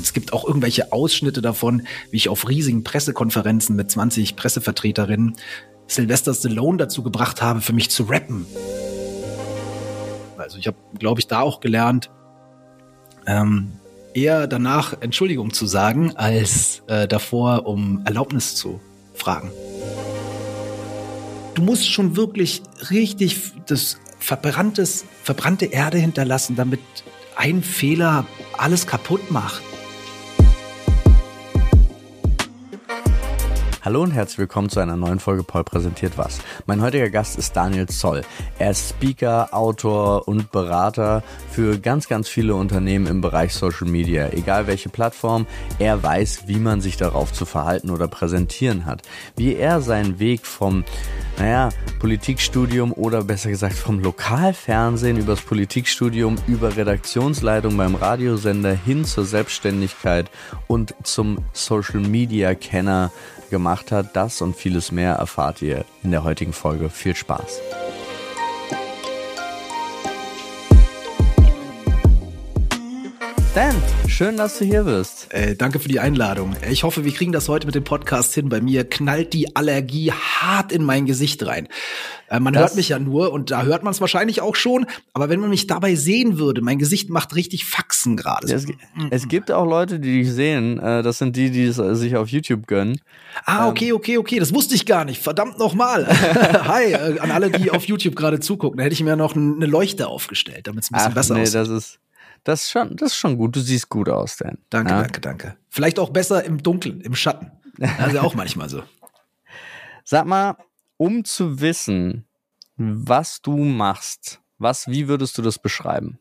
Und es gibt auch irgendwelche Ausschnitte davon, wie ich auf riesigen Pressekonferenzen mit 20 Pressevertreterinnen Sylvester Stallone dazu gebracht habe, für mich zu rappen. Also ich habe, glaube ich, da auch gelernt, eher danach Entschuldigung zu sagen, als davor um Erlaubnis zu fragen. Du musst schon wirklich richtig das verbrannte Erde hinterlassen, damit ein Fehler alles kaputt macht. Hallo und herzlich willkommen zu einer neuen Folge Paul präsentiert was. Mein heutiger Gast ist Daniel Zoll. Er ist Speaker, Autor und Berater für ganz, ganz viele Unternehmen im Bereich Social Media. Egal welche Plattform, er weiß, wie man sich darauf zu verhalten oder präsentieren hat. Wie er seinen Weg vom Politikstudium oder besser gesagt vom Lokalfernsehen übers Politikstudium über Redaktionsleitung beim Radiosender hin zur Selbstständigkeit und zum Social Media Kenner gemacht hat. Das und vieles mehr erfahrt ihr in der heutigen Folge. Viel Spaß! Dan, schön, dass du hier bist. Danke für die Einladung. Ich hoffe, wir kriegen das heute mit dem Podcast hin. Bei mir knallt die Allergie hart in mein Gesicht rein. Man hört mich ja nur und da hört man es wahrscheinlich auch schon. Aber wenn man mich dabei sehen würde, mein Gesicht macht richtig Faxen gerade. Es gibt auch Leute, die dich sehen. Das sind die es sich auf YouTube gönnen. Okay. Das wusste ich gar nicht. Verdammt nochmal. Hi, an alle, die auf YouTube gerade zugucken. Da hätte ich mir noch eine Leuchte aufgestellt, damit es ein bisschen besser aussieht. Das ist schon gut. Du siehst gut aus, Dan. Danke. Vielleicht auch besser im Dunkeln, im Schatten. Das ist ja auch manchmal so. Sag mal, um zu wissen, was du machst, wie würdest du das beschreiben?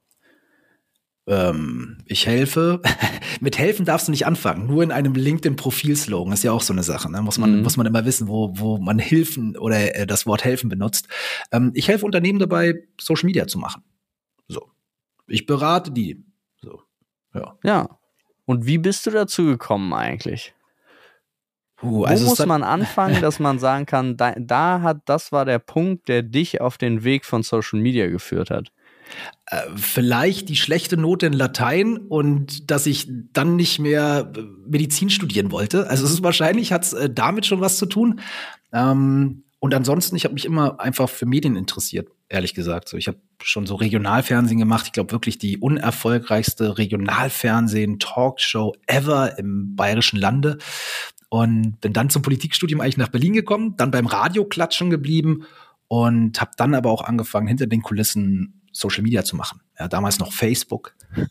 Ich helfe. Mit helfen darfst du nicht anfangen. Nur in einem LinkedIn-Profil-Slogan ist ja auch so eine Sache. Ne? Muss man immer wissen, wo man Hilfen oder das Wort helfen benutzt. Ich helfe Unternehmen dabei, Social Media zu machen. So. Ich berate die. So. Ja. Und wie bist du dazu gekommen eigentlich? Wo also muss man anfangen, dass man sagen kann, das war der Punkt, der dich auf den Weg von Social Media geführt hat? Vielleicht die schlechte Note in Latein und dass ich dann nicht mehr Medizin studieren wollte. Also es ist wahrscheinlich, hat es damit schon was zu tun. Und ansonsten, ich habe mich immer einfach für Medien interessiert, ehrlich gesagt. So, ich habe schon so Regionalfernsehen gemacht. Ich glaube wirklich die unerfolgreichste Regionalfernsehen-Talkshow ever im bayerischen Lande. Und bin dann zum Politikstudium eigentlich nach Berlin gekommen, dann beim Radio klatschen geblieben und habe dann aber auch angefangen, hinter den Kulissen Social Media zu machen. Ja, damals noch Facebook,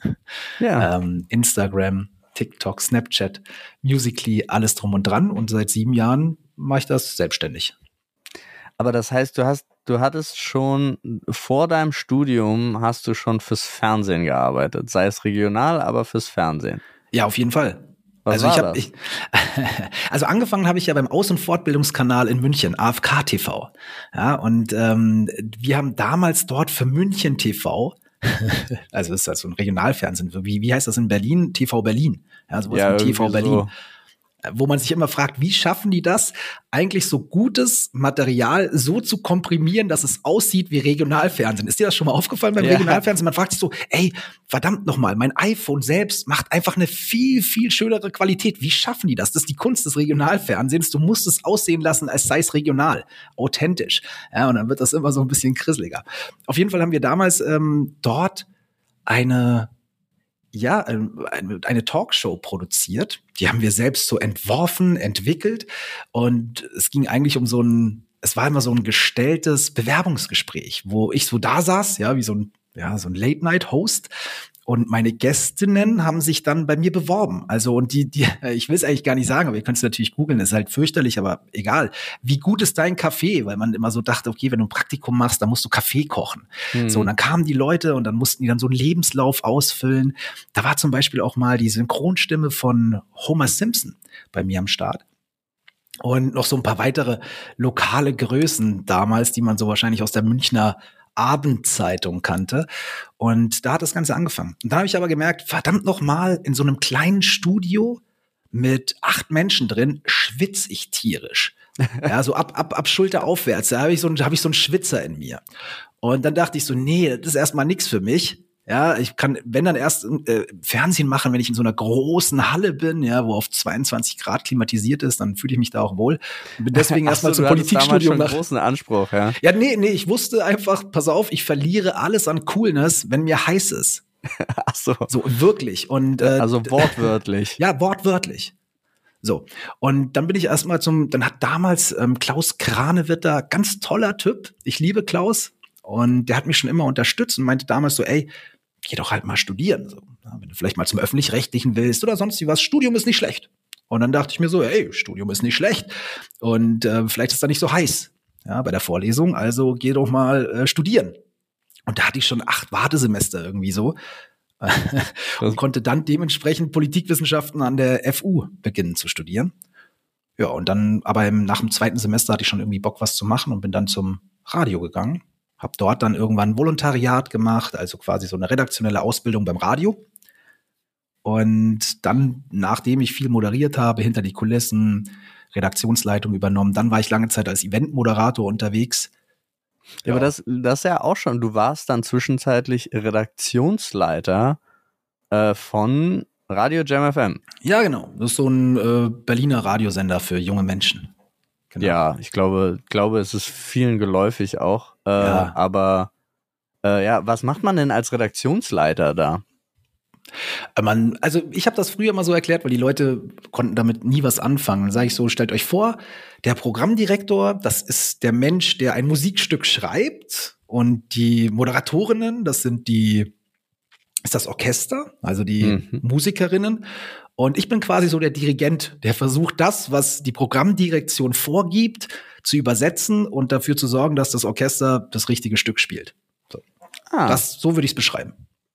Instagram, TikTok, Snapchat, Musical.ly, alles drum und dran. Und seit 7 Jahren mache ich das selbstständig. Aber das heißt, du hattest schon vor deinem Studium hast du schon fürs Fernsehen gearbeitet, sei es regional, aber fürs Fernsehen. Ja, auf jeden Fall. Also angefangen habe ich ja beim Aus- und Fortbildungskanal in München, AFK TV. Ja, und wir haben damals dort für München TV, also das ist halt so ein Regionalfernsehen, wie heißt das in Berlin? TV Berlin. Ja, sowas wie TV Berlin. So. Wo man sich immer fragt, wie schaffen die das, eigentlich so gutes Material so zu komprimieren, dass es aussieht wie Regionalfernsehen. Ist dir das schon mal aufgefallen beim Regionalfernsehen? Man fragt sich so, ey, verdammt nochmal, mein iPhone selbst macht einfach eine viel, viel schönere Qualität. Wie schaffen die das? Das ist die Kunst des Regionalfernsehens. Du musst es aussehen lassen, als sei es regional, authentisch. Ja, und dann wird das immer so ein bisschen krisseliger. Auf jeden Fall haben wir damals dort eine Talkshow produziert. Die haben wir selbst so entworfen, entwickelt. Und es ging eigentlich um es war immer so ein gestelltes Bewerbungsgespräch, wo ich so da saß, wie so ein Late-Night-Host. Und meine Gästinnen haben sich dann bei mir beworben. Also, und ich will es eigentlich gar nicht sagen, aber ihr könnt es natürlich googeln, ist halt fürchterlich, aber egal. Wie gut ist dein Kaffee? Weil man immer so dachte, okay, wenn du ein Praktikum machst, dann musst du Kaffee kochen. So, und dann kamen die Leute und dann mussten die dann so einen Lebenslauf ausfüllen. Da war zum Beispiel auch mal die Synchronstimme von Homer Simpson bei mir am Start. Und noch so ein paar weitere lokale Größen damals, die man so wahrscheinlich aus der Münchner Abendzeitung kannte. Und da hat das Ganze angefangen. Und da habe ich aber gemerkt, verdammt nochmal, in so einem kleinen Studio mit 8 Menschen drin schwitze ich tierisch. Ja, so ab Schulter aufwärts, da habe ich so einen Schwitzer in mir. Und dann dachte ich so, nee, das ist erstmal nichts für mich. Ja, ich kann, wenn dann erst Fernsehen machen, wenn ich in so einer großen Halle bin, ja, wo auf 22 Grad klimatisiert ist, dann fühle ich mich da auch wohl. Und bin deswegen erstmal zum Politikstudium nach. Großen Anspruch, ja. Ja, nee, ich wusste einfach, pass auf, ich verliere alles an Coolness, wenn mir heiß ist. Ach so. So, wirklich. Und also wortwörtlich. Ja, wortwörtlich. So, und dann bin ich erstmal dann hat damals Klaus Kranewitter, ganz toller Typ, ich liebe Klaus, und der hat mich schon immer unterstützt und meinte damals so, ey, geh doch halt mal studieren, so, wenn du vielleicht mal zum Öffentlich-Rechtlichen willst oder sonst wie was, Studium ist nicht schlecht. Und dann dachte ich mir so, ey, Studium ist nicht schlecht und vielleicht ist da nicht so heiß, ja, bei der Vorlesung, also geh doch mal studieren. Und da hatte ich schon 8 Wartesemester irgendwie so. Und konnte dann dementsprechend Politikwissenschaften an der FU beginnen zu studieren. Ja, und dann, aber nach dem 2. Semester hatte ich schon irgendwie Bock, was zu machen und bin dann zum Radio gegangen. Hab dort dann irgendwann Volontariat gemacht, also quasi so eine redaktionelle Ausbildung beim Radio. Und dann, nachdem ich viel moderiert habe, hinter die Kulissen, Redaktionsleitung übernommen, dann war ich lange Zeit als Eventmoderator unterwegs. Ja, aber das ist ja auch schon, du warst dann zwischenzeitlich Redaktionsleiter von Radio Jam FM. Ja, genau. Das ist so ein Berliner Radiosender für junge Menschen. Genau. Ja, ich glaube, es ist vielen geläufig auch. Aber was macht man denn als Redaktionsleiter da? Also ich habe das früher mal so erklärt, weil die Leute konnten damit nie was anfangen. Dann sage ich so, stellt euch vor, der Programmdirektor, das ist der Mensch, der ein Musikstück schreibt, und die Moderatorinnen, ist das Orchester, also die Musikerinnen. Und ich bin quasi so der Dirigent, der versucht, das, was die Programmdirektion vorgibt, zu übersetzen und dafür zu sorgen, dass das Orchester das richtige Stück spielt. So, so würde ich es beschreiben.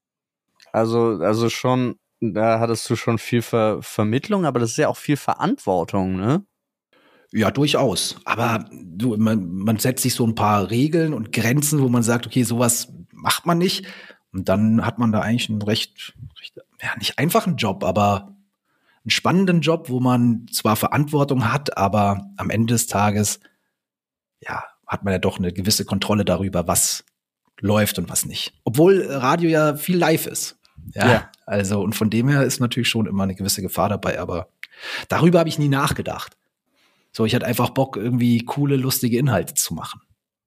Also schon, da hattest du schon viel Vermittlung, aber das ist ja auch viel Verantwortung, ne? Ja, durchaus. Aber man setzt sich so ein paar Regeln und Grenzen, wo man sagt, okay, sowas macht man nicht. Und dann hat man da eigentlich einen recht nicht einfachen Job, aber einen spannenden Job, wo man zwar Verantwortung hat, aber am Ende des Tages, ja, hat man ja doch eine gewisse Kontrolle darüber, was läuft und was nicht. Obwohl Radio ja viel live ist. Ja. Also, und von dem her ist natürlich schon immer eine gewisse Gefahr dabei, aber darüber habe ich nie nachgedacht. So, ich hatte einfach Bock, irgendwie coole, lustige Inhalte zu machen.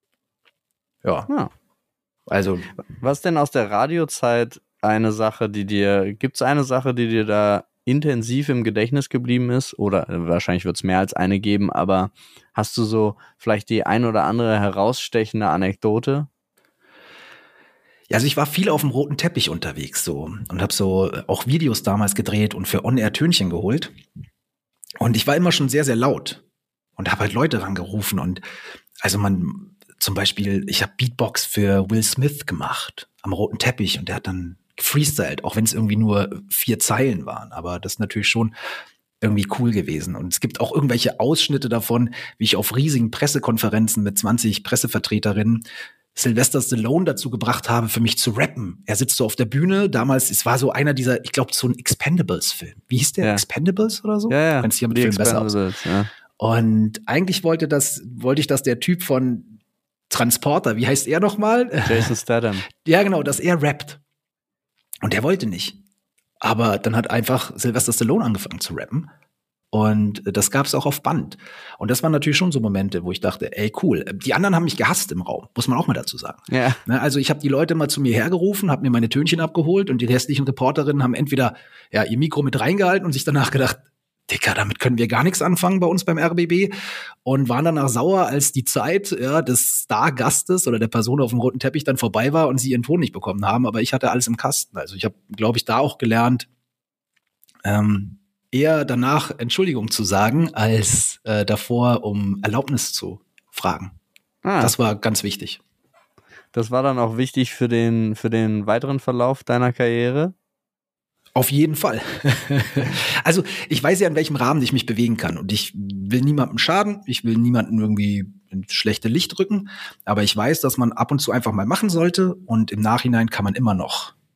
Ja. Also. Was denn aus der Radiozeit gibt's eine Sache, die dir da intensiv im Gedächtnis geblieben ist? Oder wahrscheinlich wird es mehr als eine geben, aber hast du so vielleicht die ein oder andere herausstechende Anekdote? Ja, also ich war viel auf dem roten Teppich unterwegs so und habe so auch Videos damals gedreht und für On-Air Tönchen geholt. Und ich war immer schon sehr, sehr laut und habe halt Leute rangerufen. Und also zum Beispiel, ich habe Beatbox für Will Smith gemacht am roten Teppich und der hat dann gefreestylt, auch wenn es irgendwie nur 4 Zeilen waren. Aber das ist natürlich schon irgendwie cool gewesen. Und es gibt auch irgendwelche Ausschnitte davon, wie ich auf riesigen Pressekonferenzen mit 20 Pressevertreterinnen Sylvester Stallone dazu gebracht habe, für mich zu rappen. Er sitzt so auf der Bühne. Damals, es war so einer dieser, ich glaube, so ein Expendables-Film. Wie hieß der? Expendables oder so? Ja. Kennst du hier mit Film besser aus. Ja. Und eigentlich wollte ich, dass der Typ von Transporter, wie heißt er nochmal? Jason Statham. Ja, genau, dass er rappt. Und der wollte nicht. Aber dann hat einfach Sylvester Stallone angefangen zu rappen. Und das gab es auch auf Band. Und das waren natürlich schon so Momente, wo ich dachte, ey, cool. Die anderen haben mich gehasst im Raum, muss man auch mal dazu sagen. Ja. Also ich habe die Leute mal zu mir hergerufen, habe mir meine Tönchen abgeholt und die restlichen Reporterinnen haben entweder ihr Mikro mit reingehalten und sich danach gedacht, Dicker, damit können wir gar nichts anfangen bei uns beim RBB, und waren danach sauer, als die Zeit des Stargastes oder der Person auf dem roten Teppich dann vorbei war und sie ihren Ton nicht bekommen haben. Aber ich hatte alles im Kasten. Also ich habe, glaube ich, da auch gelernt, eher danach Entschuldigung zu sagen, als davor um Erlaubnis zu fragen. Das war ganz wichtig. Das war dann auch wichtig für den weiteren Verlauf deiner Karriere? Auf jeden Fall. Also ich weiß ja, in welchem Rahmen ich mich bewegen kann. Und ich will niemandem schaden, ich will niemanden irgendwie ins schlechte Licht rücken. Aber ich weiß, dass man ab und zu einfach mal machen sollte. Und im Nachhinein kann man immer noch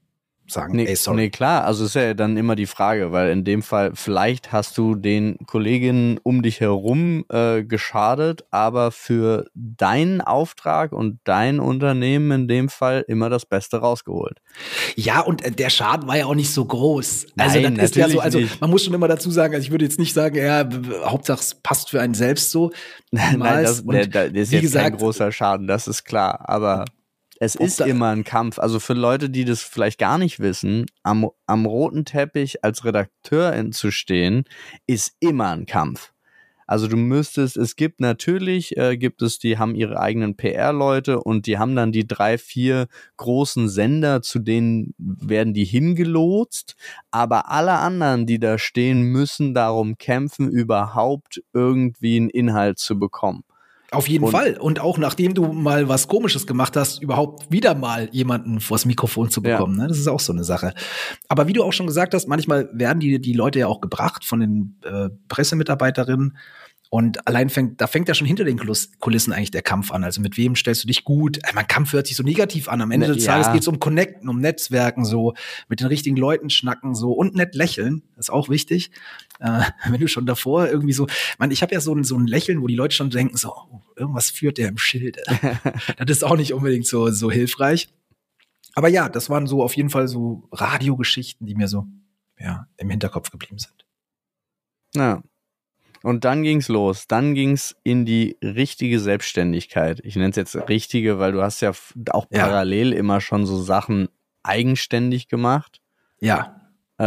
sagen, ey, sorry. Nee, klar, also ist ja dann immer die Frage, weil in dem Fall, vielleicht hast du den Kolleginnen um dich herum geschadet, aber für deinen Auftrag und dein Unternehmen in dem Fall immer das Beste rausgeholt. Ja, und der Schaden war ja auch nicht so groß. Nein, Also das ist ja so, also nicht. man muss schon immer dazu sagen, also ich würde jetzt nicht sagen, ja, Hauptsache es passt für einen selbst so. Nein, das ist jetzt gesagt, kein großer Schaden, das ist klar, aber es ist immer ein Kampf. Also für Leute, die das vielleicht gar nicht wissen, am roten Teppich als Redakteurin zu stehen, ist immer ein Kampf. Also es gibt natürlich, die haben ihre eigenen PR-Leute und die haben dann die 3, 4 großen Sender, zu denen werden die hingelotst, aber alle anderen, die da stehen, müssen darum kämpfen, überhaupt irgendwie einen Inhalt zu bekommen. Auf jeden Fall. Und auch nachdem du mal was Komisches gemacht hast, überhaupt wieder mal jemanden vors Mikrofon zu bekommen. Ja. Ne? Das ist auch so eine Sache. Aber wie du auch schon gesagt hast, manchmal werden die Leute ja auch gebracht von den Pressemitarbeiterinnen. Und allein fängt ja schon hinter den Kulissen eigentlich der Kampf an. Also mit wem stellst du dich gut? Mein Kampf hört sich so negativ an. Am Ende des Tages geht es um Connecten, um Netzwerken, so mit den richtigen Leuten schnacken so und nett lächeln. Das ist auch wichtig. Wenn du schon davor irgendwie so, ich habe ja so ein Lächeln, wo die Leute schon denken, so, irgendwas führt der im Schilde. Das ist auch nicht unbedingt so hilfreich. Aber ja, das waren so auf jeden Fall so Radiogeschichten, die mir so im Hinterkopf geblieben sind. Ja. Und dann ging's los. Dann ging's in die richtige Selbstständigkeit. Ich nenne es jetzt richtige, weil du hast ja auch parallel immer schon so Sachen eigenständig gemacht. Ja.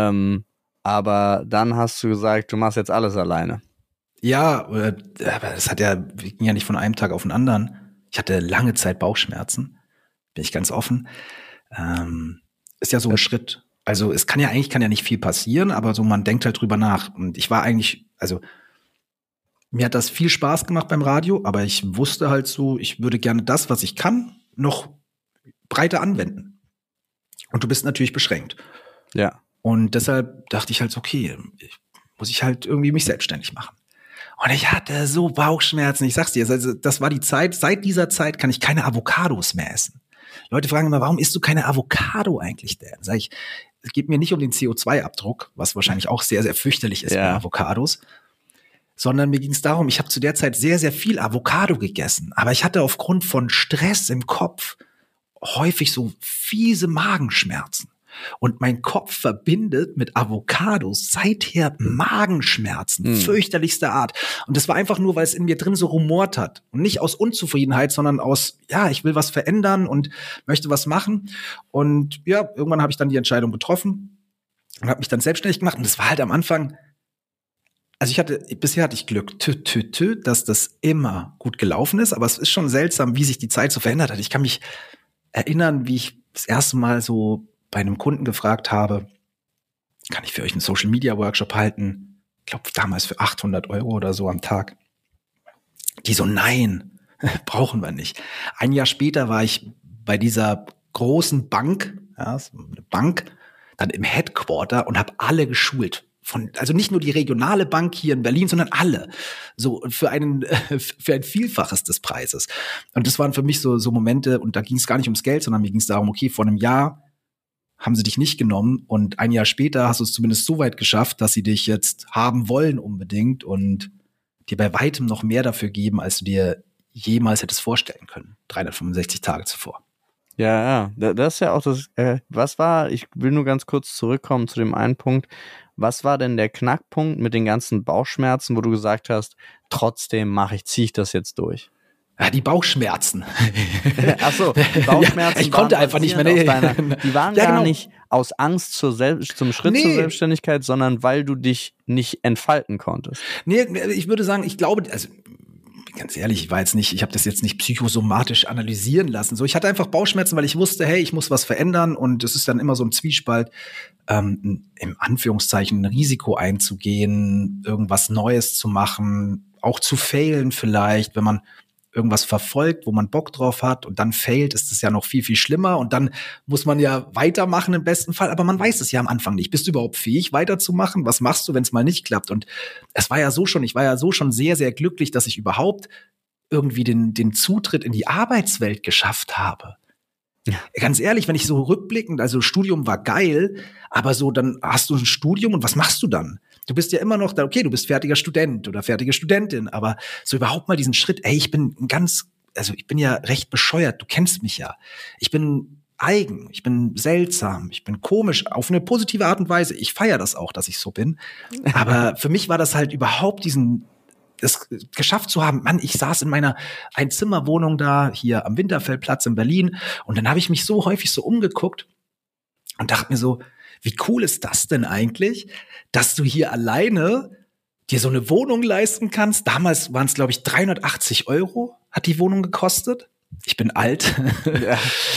Aber dann hast du gesagt, du machst jetzt alles alleine. Ja, aber das ging ja nicht von einem Tag auf den anderen. Ich hatte lange Zeit Bauchschmerzen. Bin ich ganz offen. Ist ja so ein Schritt. Also es kann ja nicht viel passieren, aber so man denkt halt drüber nach. Und ich war eigentlich, also mir hat das viel Spaß gemacht beim Radio, aber ich wusste halt so, ich würde gerne das, was ich kann, noch breiter anwenden. Und du bist natürlich beschränkt. Ja. Und deshalb dachte ich halt, okay, muss ich halt irgendwie mich selbstständig machen. Und ich hatte so Bauchschmerzen. Ich sag's dir, also das war die Zeit, seit dieser Zeit kann ich keine Avocados mehr essen. Leute fragen immer, warum isst du keine Avocado eigentlich denn? Sag ich, es geht mir nicht um den CO2-Abdruck, was wahrscheinlich auch sehr, sehr fürchterlich ist bei Avocados, sondern mir ging es darum, ich habe zu der Zeit sehr, sehr viel Avocado gegessen. Aber ich hatte aufgrund von Stress im Kopf häufig so fiese Magenschmerzen. Und mein Kopf verbindet mit Avocados seither Magenschmerzen, fürchterlichster Art. Und das war einfach nur, weil es in mir drin so rumort hat. Und nicht aus Unzufriedenheit, sondern aus, ich will was verändern und möchte was machen. Und irgendwann habe ich dann die Entscheidung getroffen und habe mich dann selbstständig gemacht. Und das war halt am Anfang, also bisher hatte ich Glück, dass das immer gut gelaufen ist. Aber es ist schon seltsam, wie sich die Zeit so verändert hat. Ich kann mich erinnern, wie ich das erste Mal so bei einem Kunden gefragt habe, kann ich für euch einen Social-Media-Workshop halten? Ich glaube, damals für 800 € oder so am Tag. Die so, nein, brauchen wir nicht. Ein Jahr später war ich bei dieser großen Bank, eine Bank, dann im Headquarter und habe alle geschult. Also nicht nur die regionale Bank hier in Berlin, sondern alle. So für ein Vielfaches des Preises. Und das waren für mich so Momente, und da ging es gar nicht ums Geld, sondern mir ging es darum, okay, vor einem Jahr haben sie dich nicht genommen und ein Jahr später hast du es zumindest so weit geschafft, dass sie dich jetzt haben wollen unbedingt und dir bei weitem noch mehr dafür geben, als du dir jemals hättest vorstellen können. 365 Tage zuvor. Ja, das ist ja auch das, ich will nur ganz kurz zurückkommen zu dem einen Punkt. Was war denn der Knackpunkt mit den ganzen Bauchschmerzen, wo du gesagt hast, trotzdem ziehe ich das jetzt durch? Ja, die Bauchschmerzen. Ach so, die Bauchschmerzen. Ich konnte einfach nicht mehr. Die waren gar nicht aus Angst zum Schritt zur Selbstständigkeit, sondern weil du dich nicht entfalten konntest. Nee, ich würde sagen, ich glaube, also ganz ehrlich, ich habe das jetzt nicht psychosomatisch analysieren lassen. So, ich hatte einfach Bauchschmerzen, weil ich wusste, hey, ich muss was verändern und es ist dann immer so ein Zwiespalt, im Anführungszeichen ein Risiko einzugehen, irgendwas Neues zu machen, auch zu failen vielleicht, wenn man irgendwas verfolgt, wo man Bock drauf hat und dann failt, ist es ja noch viel, viel schlimmer und dann muss man ja weitermachen im besten Fall, aber man weiß es ja am Anfang nicht. Bist du überhaupt fähig, weiterzumachen? Was machst du, wenn es mal nicht klappt? Und ich war ja so schon sehr, sehr glücklich, dass ich überhaupt irgendwie den Zutritt in die Arbeitswelt geschafft habe. Ganz ehrlich, wenn ich so rückblickend, also Studium war geil, aber so, dann hast du ein Studium und was machst du dann? Du bist ja immer noch da, okay, du bist fertiger Student oder fertige Studentin, aber so überhaupt mal diesen Schritt, ey, ich bin ja recht bescheuert, du kennst mich ja. Ich bin eigen, ich bin seltsam, ich bin komisch, auf eine positive Art und Weise. Ich feiere das auch, dass ich so bin. Aber für mich war das halt überhaupt das geschafft zu haben. Mann, ich saß in meiner Einzimmerwohnung da, hier am Winterfeldplatz in Berlin. Und dann habe ich mich so häufig so umgeguckt und dachte mir so, wie cool ist das denn eigentlich, dass du hier alleine dir so eine Wohnung leisten kannst. Damals waren es, glaube ich, 380 € hat die Wohnung gekostet. Ich bin alt. Ja,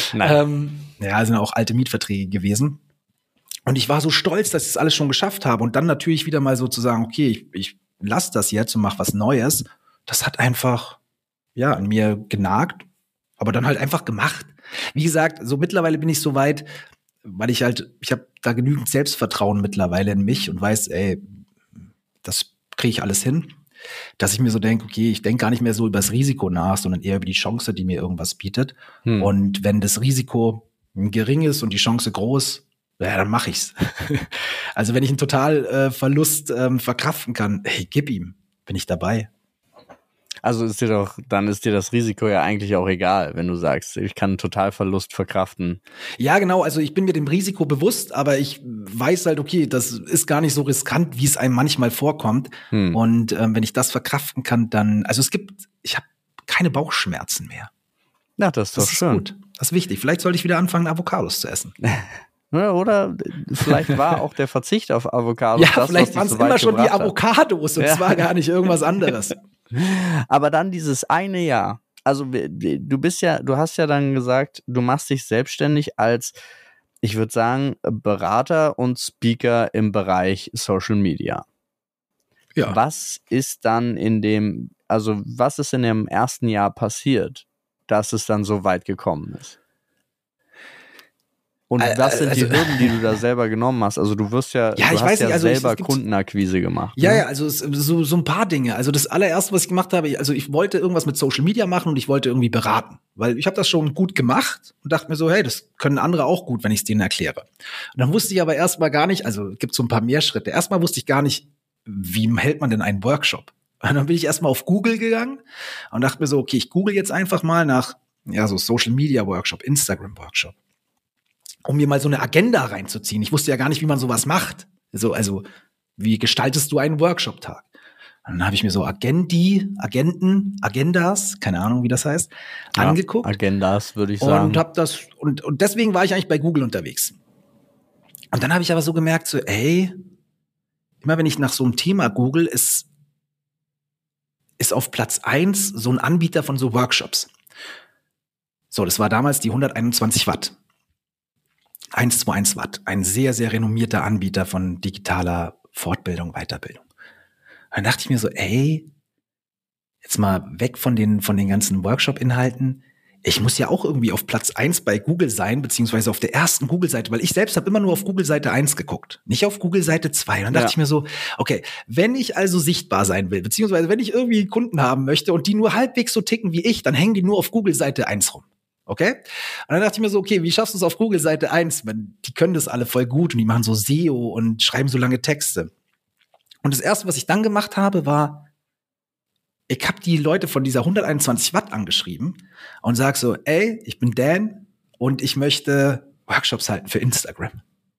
sind auch alte Mietverträge gewesen. Und ich war so stolz, dass ich das alles schon geschafft habe. Und dann natürlich wieder mal so zu sagen, okay, ich lass das jetzt und mach was Neues. Das hat einfach, an mir genagt, aber dann halt einfach gemacht. Wie gesagt, so mittlerweile bin ich so weit, weil ich habe da genügend Selbstvertrauen mittlerweile in mich und weiß, ey, das kriege ich alles hin, dass ich mir so denke, okay, ich denke gar nicht mehr so über das Risiko nach, sondern eher über die Chance, die mir irgendwas bietet. Und wenn das Risiko gering ist und die Chance groß, dann mache ich's. Also wenn ich einen Totalverlust verkraften kann, hey, gib ihm, bin ich dabei. Also dann ist dir das Risiko ja eigentlich auch egal, wenn du sagst, ich kann einen Totalverlust verkraften. Ja, genau, also ich bin mir dem Risiko bewusst, aber ich weiß halt, okay, das ist gar nicht so riskant, wie es einem manchmal vorkommt. Und wenn ich das verkraften kann, dann, also ich habe keine Bauchschmerzen mehr. Ja, das ist doch schön. Gut. Das ist wichtig. Vielleicht sollte ich wieder anfangen, Avocados zu essen. Oder vielleicht war auch der Verzicht auf Avocados. Ja, vielleicht waren es immer schon die Avocados und zwar gar nicht irgendwas anderes. Aber dann dieses eine Jahr, also du hast ja dann gesagt, du machst dich selbstständig als, ich würde sagen, Berater und Speaker im Bereich Social Media. Ja. Was ist in dem ersten Jahr passiert, dass es dann so weit gekommen ist? Und was sind die Hürden, die du da selber genommen hast? Also du hast selber Kundenakquise gemacht. Ja, ne? ja, also so ein paar Dinge. Also das allererste, was ich gemacht habe, ich wollte irgendwas mit Social Media machen und ich wollte irgendwie beraten. Weil ich habe das schon gut gemacht und dachte mir so, hey, das können andere auch gut, wenn ich es denen erkläre. Und dann wusste ich aber erstmal gar nicht, also es gibt so ein paar mehr Schritte. Erstmal wusste ich gar nicht, wie hält man denn einen Workshop? Und dann bin ich erstmal auf Google gegangen und dachte mir so, okay, ich google jetzt einfach mal nach so Social Media Workshop, Instagram Workshop, um mir mal so eine Agenda reinzuziehen. Ich wusste ja gar nicht, wie man sowas macht. Also wie gestaltest du einen Workshop-Tag? Und dann habe ich mir so Agendas, keine Ahnung, wie das heißt, angeguckt. Agendas, würde ich sagen. Und deswegen war ich eigentlich bei Google unterwegs. Und dann habe ich aber so gemerkt, so, ey, immer wenn ich nach so einem Thema google, ist auf Platz 1 so ein Anbieter von so Workshops. So, das war damals die 121 Watt. 121 Watt, ein sehr, sehr renommierter Anbieter von digitaler Fortbildung, Weiterbildung. Und dann dachte ich mir so, ey, jetzt mal weg von den ganzen Workshop-Inhalten. Ich muss ja auch irgendwie auf Platz 1 bei Google sein, beziehungsweise auf der ersten Google-Seite, weil ich selbst habe immer nur auf Google-Seite 1 geguckt, nicht auf Google-Seite 2. Und dann dachte ich mir so, okay, wenn ich also sichtbar sein will, beziehungsweise wenn ich irgendwie Kunden haben möchte und die nur halbwegs so ticken wie ich, dann hängen die nur auf Google-Seite 1 rum. Okay? Und dann dachte ich mir so, okay, wie schaffst du es auf Google Seite 1? Die können das alle voll gut und die machen so SEO und schreiben so lange Texte. Und das Erste, was ich dann gemacht habe, war, ich habe die Leute von dieser 121 Watt angeschrieben und sag so, ey, ich bin Dan und ich möchte Workshops halten für Instagram.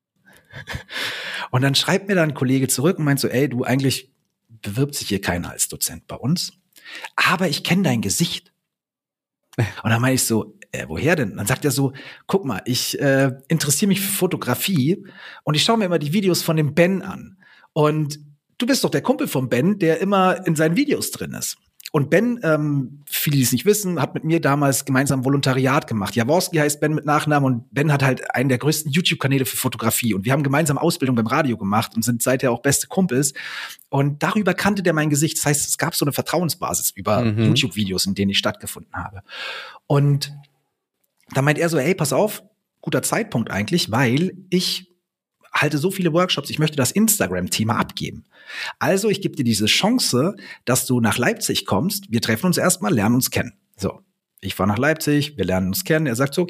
Und dann schreibt mir da ein Kollege zurück und meint so, ey, du, eigentlich bewirbt sich hier keiner als Dozent bei uns, aber ich kenne dein Gesicht. Und dann meine ich so, woher denn? Dann sagt er so, guck mal, ich interessiere mich für Fotografie und ich schaue mir immer die Videos von dem Ben an. Und du bist doch der Kumpel von Ben, der immer in seinen Videos drin ist. Und Ben, viele, die es nicht wissen, hat mit mir damals gemeinsam Volontariat gemacht. Jaworski heißt Ben mit Nachnamen und Ben hat halt einen der größten YouTube-Kanäle für Fotografie. Und wir haben gemeinsam Ausbildung beim Radio gemacht und sind seither auch beste Kumpels. Und darüber kannte der mein Gesicht. Das heißt, es gab so eine Vertrauensbasis über YouTube-Videos, in denen ich stattgefunden habe. Und da meint er so, hey, pass auf, guter Zeitpunkt eigentlich, weil ich halte so viele Workshops, ich möchte das Instagram-Thema abgeben. Also ich gebe dir diese Chance, dass du nach Leipzig kommst. Wir treffen uns erstmal, lernen uns kennen. So, ich fahre nach Leipzig, wir lernen uns kennen. Er sagt so, okay,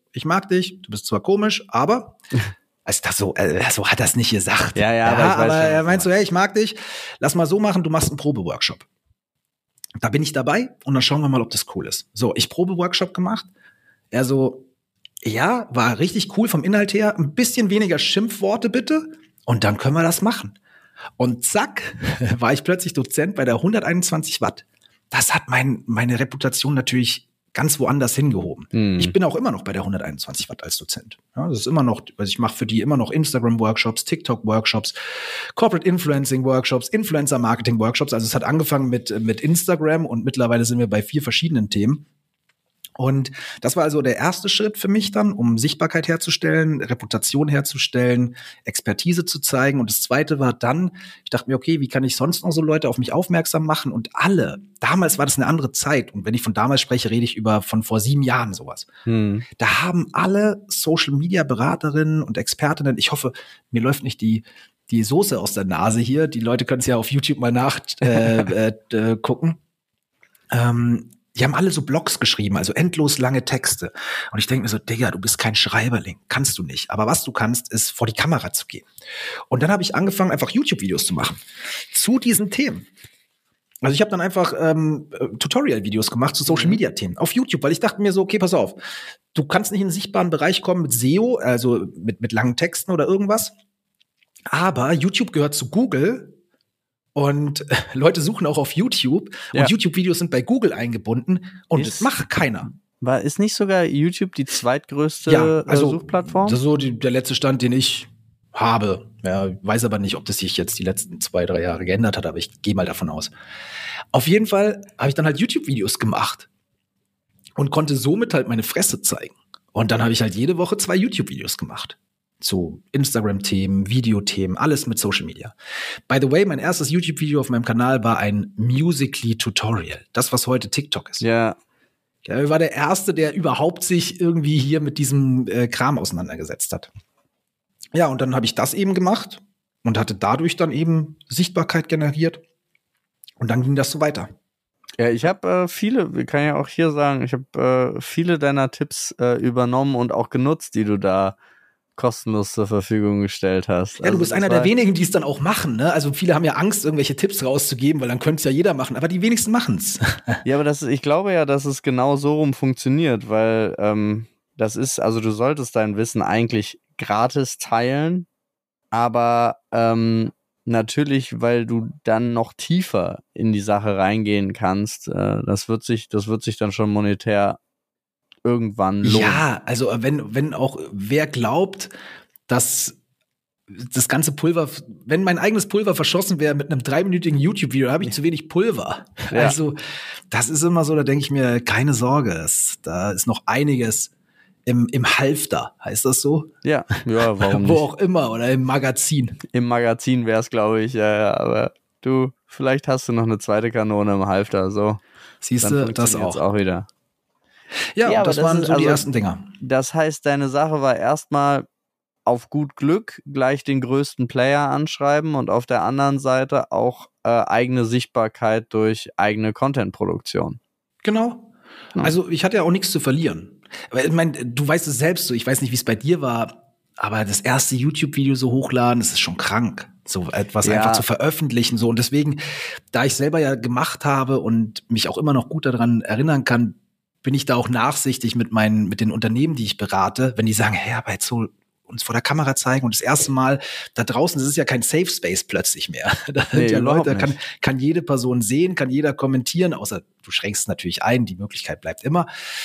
ich mag dich, du bist zwar komisch, aber also das so hat das nicht gesagt. Ja, aber ich weiß aber schon, er meint was so, hey, ich mag dich, lass mal so machen, du machst einen Probeworkshop. Da bin ich dabei und dann schauen wir mal, ob das cool ist. So, ich Probeworkshop gemacht. Er so, ja, war richtig cool vom Inhalt her, ein bisschen weniger Schimpfworte bitte und dann können wir das machen. Und zack, war ich plötzlich Dozent bei der 121 Watt. Das hat meine Reputation natürlich ganz woanders hingehoben. Ich bin auch immer noch bei der 121 Watt als Dozent. Ja, das ist immer noch, also ich mache für die immer noch Instagram-Workshops, TikTok-Workshops, Corporate Influencing-Workshops, Influencer-Marketing-Workshops. Also es hat angefangen mit Instagram und mittlerweile sind wir bei 4 verschiedenen Themen. Und das war also der erste Schritt für mich dann, um Sichtbarkeit herzustellen, Reputation herzustellen, Expertise zu zeigen. Und das zweite war dann, ich dachte mir, okay, wie kann ich sonst noch so Leute auf mich aufmerksam machen? Und alle, damals war das eine andere Zeit. Und wenn ich von damals spreche, rede ich von vor 7 Jahren sowas. Da haben alle Social-Media-Beraterinnen und Expertinnen, ich hoffe, mir läuft nicht die Soße aus der Nase hier. Die Leute können es ja auf YouTube mal gucken. Die haben alle so Blogs geschrieben, also endlos lange Texte. Und ich denke mir so, Digga, du bist kein Schreiberling, kannst du nicht. Aber was du kannst, ist vor die Kamera zu gehen. Und dann habe ich angefangen, einfach YouTube-Videos zu machen zu diesen Themen. Also ich habe dann einfach Tutorial-Videos gemacht zu Social-Media-Themen auf YouTube, weil ich dachte mir so, okay, pass auf, du kannst nicht in den sichtbaren Bereich kommen mit SEO, also mit langen Texten oder irgendwas. Aber YouTube gehört zu Google. Und Leute suchen auch auf YouTube und YouTube-Videos sind bei Google eingebunden und das macht keiner. Ist nicht sogar YouTube die zweitgrößte Suchplattform? Das ist so der letzte Stand, den ich habe. Ja, weiß aber nicht, ob das sich jetzt die letzten 2, 3 Jahre geändert hat, aber ich gehe mal davon aus. Auf jeden Fall habe ich dann halt YouTube-Videos gemacht und konnte somit halt meine Fresse zeigen. Und dann habe ich halt jede Woche 2 YouTube-Videos gemacht. Zu Instagram-Themen, Videothemen, alles mit Social Media. By the way, mein erstes YouTube-Video auf meinem Kanal war ein Musical.ly-Tutorial. Das, was heute TikTok ist. Ja. Ich war der Erste, der überhaupt sich irgendwie hier mit diesem Kram auseinandergesetzt hat. Ja, und dann habe ich das eben gemacht und hatte dadurch dann eben Sichtbarkeit generiert. Und dann ging das so weiter. Ja, ich habe kann ja auch hier sagen, ich habe viele deiner Tipps übernommen und auch genutzt, die du da kostenlos zur Verfügung gestellt hast. Ja, du bist einer der wenigen, die es dann auch machen, ne? Also viele haben ja Angst, irgendwelche Tipps rauszugeben, weil dann könnte es ja jeder machen, aber die wenigsten machen's. Ja, aber ich glaube ja, dass es genau so rum funktioniert, weil das ist, also du solltest dein Wissen eigentlich gratis teilen, aber natürlich, weil du dann noch tiefer in die Sache reingehen kannst, das wird sich dann schon monetär irgendwann lohnen. Ja, also wenn auch wer glaubt, dass das ganze Pulver, wenn mein eigenes Pulver verschossen wäre mit einem 3-minütigen YouTube-Video, habe ich zu wenig Pulver. Ja. Also das ist immer so, da denke ich mir, keine Sorge, da ist noch einiges im Halfter, heißt das so? Ja, warum nicht? Wo auch immer, oder im Magazin. Im Magazin wäre es, glaube ich, ja, aber du, vielleicht hast du noch eine zweite Kanone im Halfter, so. Siehst du, das auch wieder. Ja, und das waren so die ersten Dinger. Das heißt, deine Sache war erstmal auf gut Glück gleich den größten Player anschreiben und auf der anderen Seite auch eigene Sichtbarkeit durch eigene Content-Produktion. Genau. Also ich hatte ja auch nichts zu verlieren. Aber ich meine, du weißt es selbst so, ich weiß nicht, wie es bei dir war, aber das erste YouTube-Video so hochladen, das ist schon krank. So etwas einfach zu veröffentlichen, so. Und deswegen, da ich selber ja gemacht habe und mich auch immer noch gut daran erinnern kann, bin ich da auch nachsichtig mit den Unternehmen, die ich berate, wenn die sagen, hey, aber jetzt so uns vor der Kamera zeigen und das erste Mal da draußen, das ist ja kein Safe Space plötzlich mehr. Da sind ja Leute, kann jede Person sehen, kann jeder kommentieren, außer du schränkst es natürlich ein, die Möglichkeit bleibt immer.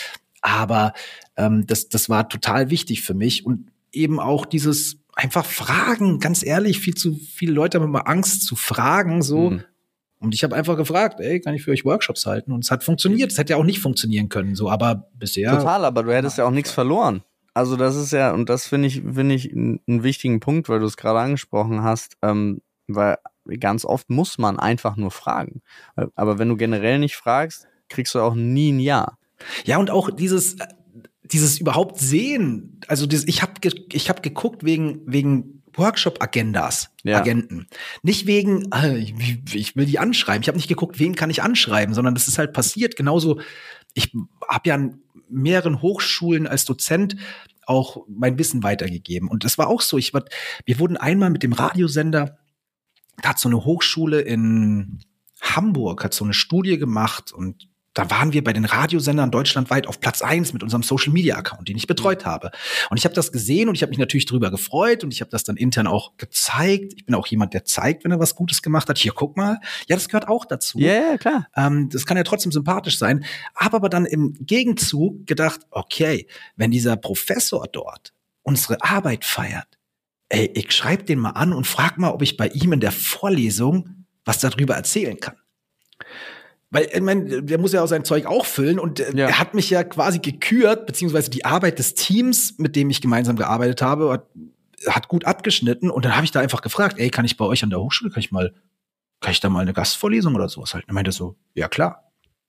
Aber das war total wichtig für mich und eben auch dieses einfach Fragen, ganz ehrlich, viel zu viele Leute haben immer Angst zu fragen, so. Und ich habe einfach gefragt, ey, kann ich für euch Workshops halten? Und es hat funktioniert. Es hätte ja auch nicht funktionieren können, so, aber bisher. Total, aber du hättest ja auch nichts verloren. Also das ist ja, und das finde ich einen wichtigen Punkt, weil du es gerade angesprochen hast, weil ganz oft muss man einfach nur fragen. Aber wenn du generell nicht fragst, kriegst du auch nie ein Ja. Ja, und auch dieses überhaupt sehen, also ich hab geguckt wegen Workshop-Agendas, Agenten. Nicht wegen, ich will die anschreiben. Ich habe nicht geguckt, wen kann ich anschreiben, sondern das ist halt passiert. Genauso, ich habe ja an mehreren Hochschulen als Dozent auch mein Wissen weitergegeben. Und das war auch so. Wir wurden einmal mit dem Radiosender, da hat so eine Hochschule in Hamburg, hat so eine Studie gemacht und da waren wir bei den Radiosendern deutschlandweit auf Platz 1 mit unserem Social-Media-Account, den ich betreut habe. Und ich habe das gesehen und ich habe mich natürlich drüber gefreut und ich habe das dann intern auch gezeigt. Ich bin auch jemand, der zeigt, wenn er was Gutes gemacht hat. Hier, guck mal. Ja, das gehört auch dazu. Ja, yeah, klar. Das kann ja trotzdem sympathisch sein. Habe aber dann im Gegenzug gedacht, okay, wenn dieser Professor dort unsere Arbeit feiert, ey, ich schreibe den mal an und frag mal, ob ich bei ihm in der Vorlesung was darüber erzählen kann. Weil, ich meine, der muss ja auch sein Zeug auch füllen und er hat mich ja quasi gekürt, beziehungsweise die Arbeit des Teams, mit dem ich gemeinsam gearbeitet habe, hat gut abgeschnitten und dann habe ich da einfach gefragt, ey, kann ich bei euch an der Hochschule, kann ich da mal eine Gastvorlesung oder sowas halten? Er meinte so, ja klar.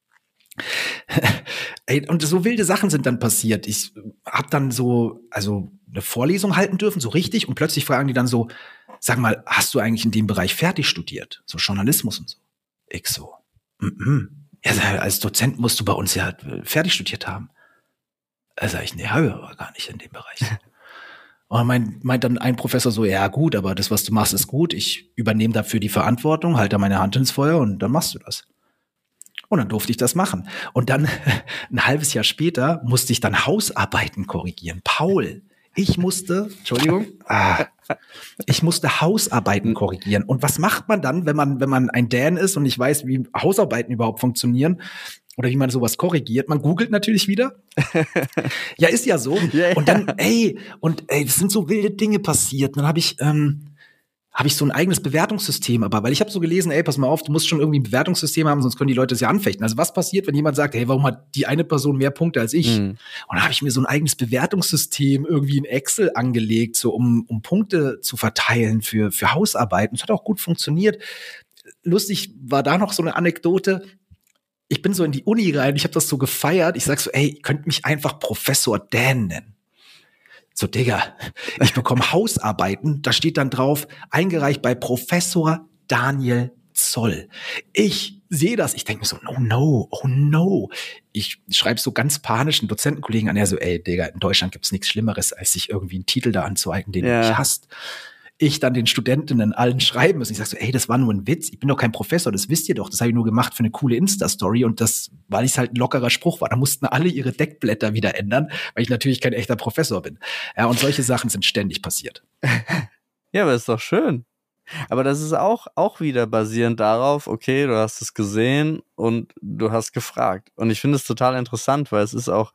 Ey, und so wilde Sachen sind dann passiert. Ich habe dann also eine Vorlesung halten dürfen, so richtig, und plötzlich fragen die dann so, sag mal, hast du eigentlich in dem Bereich fertig studiert? So Journalismus und so. Ich so, ja, als Dozent musst du bei uns ja fertig studiert haben. Da sag ich, nee, habe ich aber gar nicht in dem Bereich. Und meint dann ein Professor so, ja gut, aber das, was du machst, ist gut. Ich übernehme dafür die Verantwortung, halte da meine Hand ins Feuer und dann machst du das. Und dann durfte ich das machen. Und dann ein halbes Jahr später musste ich dann Hausarbeiten korrigieren. Paul, ich musste Hausarbeiten korrigieren. Und was macht man dann, wenn man ein Dan ist und nicht weiß, wie Hausarbeiten überhaupt funktionieren oder wie man sowas korrigiert? Man googelt natürlich wieder. Ja, ist ja so. Yeah. Und dann, es sind so wilde Dinge passiert. Und dann habe ich so ein eigenes Bewertungssystem, aber weil ich habe so gelesen, ey, pass mal auf, du musst schon irgendwie ein Bewertungssystem haben, sonst können die Leute es ja anfechten. Also was passiert, wenn jemand sagt, hey, warum hat die eine Person mehr Punkte als ich? Und dann habe ich mir so ein eigenes Bewertungssystem irgendwie in Excel angelegt, so um Punkte zu verteilen für Hausarbeiten. Das hat auch gut funktioniert. Lustig war da noch so eine Anekdote. Ich bin so in die Uni rein, ich habe das so gefeiert. Ich sag so, ey, ihr könnt mich einfach Professor Dan nennen. So, Digga, ich bekomme Hausarbeiten, da steht dann drauf, eingereicht bei Professor Daniel Zoll. Ich sehe das, ich denke mir so, oh no. Ich schreibe so ganz panisch einen Dozentenkollegen an, der so, ey, Digga, in Deutschland gibt's nichts Schlimmeres, als sich irgendwie einen Titel da anzueignen, den du nicht hast. Ich dann den Studentinnen allen schreiben müssen. Ich sag so, ey, das war nur ein Witz. Ich bin doch kein Professor, das wisst ihr doch. Das habe ich nur gemacht für eine coole Insta-Story und das, weil es halt ein lockerer Spruch war. Da mussten alle ihre Deckblätter wieder ändern, weil ich natürlich kein echter Professor bin. Ja, und solche Sachen sind ständig passiert. Ja, aber ist doch schön. Aber das ist auch wieder basierend darauf, okay, du hast es gesehen und du hast gefragt. Und ich finde es total interessant, weil es ist auch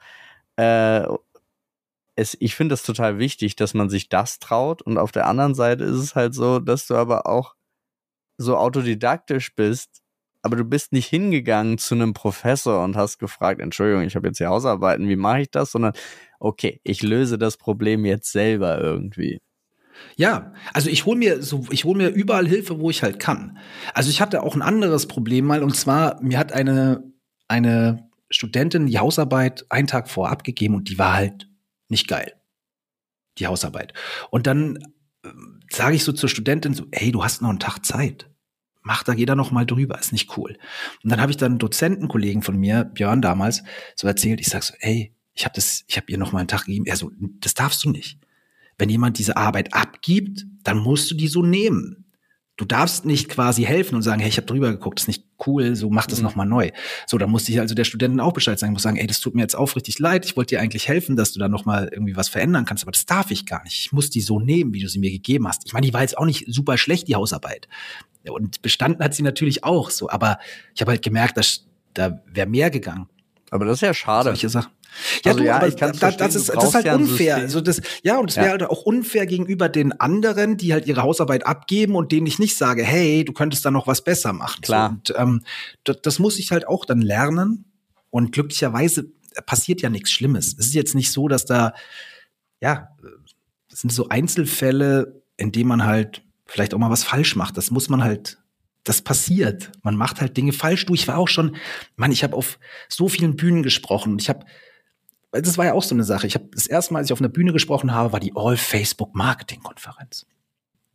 ich finde es total wichtig, dass man sich das traut, und auf der anderen Seite ist es halt so, dass du aber auch so autodidaktisch bist, aber du bist nicht hingegangen zu einem Professor und hast gefragt, Entschuldigung, ich habe jetzt hier Hausarbeiten, wie mache ich das? Sondern, okay, ich löse das Problem jetzt selber irgendwie. Ja, also ich hol mir überall Hilfe, wo ich halt kann. Also ich hatte auch ein anderes Problem mal, und zwar, mir hat eine Studentin die Hausarbeit einen Tag vorher abgegeben und die war halt nicht geil, die Hausarbeit. Und dann sage ich so zur Studentin so, hey, du hast noch einen Tag Zeit. Mach da jeder noch mal drüber, ist nicht cool. Und dann habe ich dann einen Dozentenkollegen von mir, Björn damals, so erzählt, ich sag so, ey, ich habe ihr noch mal einen Tag gegeben. Er so, das darfst du nicht. Wenn jemand diese Arbeit abgibt, dann musst du die so nehmen. Du darfst nicht quasi helfen und sagen, hey, ich habe drüber geguckt, das ist nicht cool, so mach das nochmal neu. So, da musste ich also der Studentin auch Bescheid sagen, muss sagen, ey, das tut mir jetzt aufrichtig leid, ich wollte dir eigentlich helfen, dass du da nochmal irgendwie was verändern kannst, aber das darf ich gar nicht. Ich muss die so nehmen, wie du sie mir gegeben hast. Ich meine, die war jetzt auch nicht super schlecht, die Hausarbeit. Und bestanden hat sie natürlich auch so, aber ich habe halt gemerkt, dass da wäre mehr gegangen. Aber das ist ja schade. Solche Sachen. Ja, also, aber ich kann's das ist halt unfair. Also das wäre halt auch unfair gegenüber den anderen, die halt ihre Hausarbeit abgeben und denen ich nicht sage, hey, du könntest da noch was besser machen. Klar. So, und das muss ich halt auch dann lernen. Und glücklicherweise passiert ja nichts Schlimmes. Es ist jetzt nicht so, dass das sind so Einzelfälle, in denen man halt vielleicht auch mal was falsch macht. Das muss man halt. Das passiert. Man macht halt Dinge falsch. Ich war auch schon, ich habe auf so vielen Bühnen gesprochen. Das war ja auch so eine Sache. Das erste Mal, als ich auf einer Bühne gesprochen habe, war die All-Facebook-Marketing-Konferenz.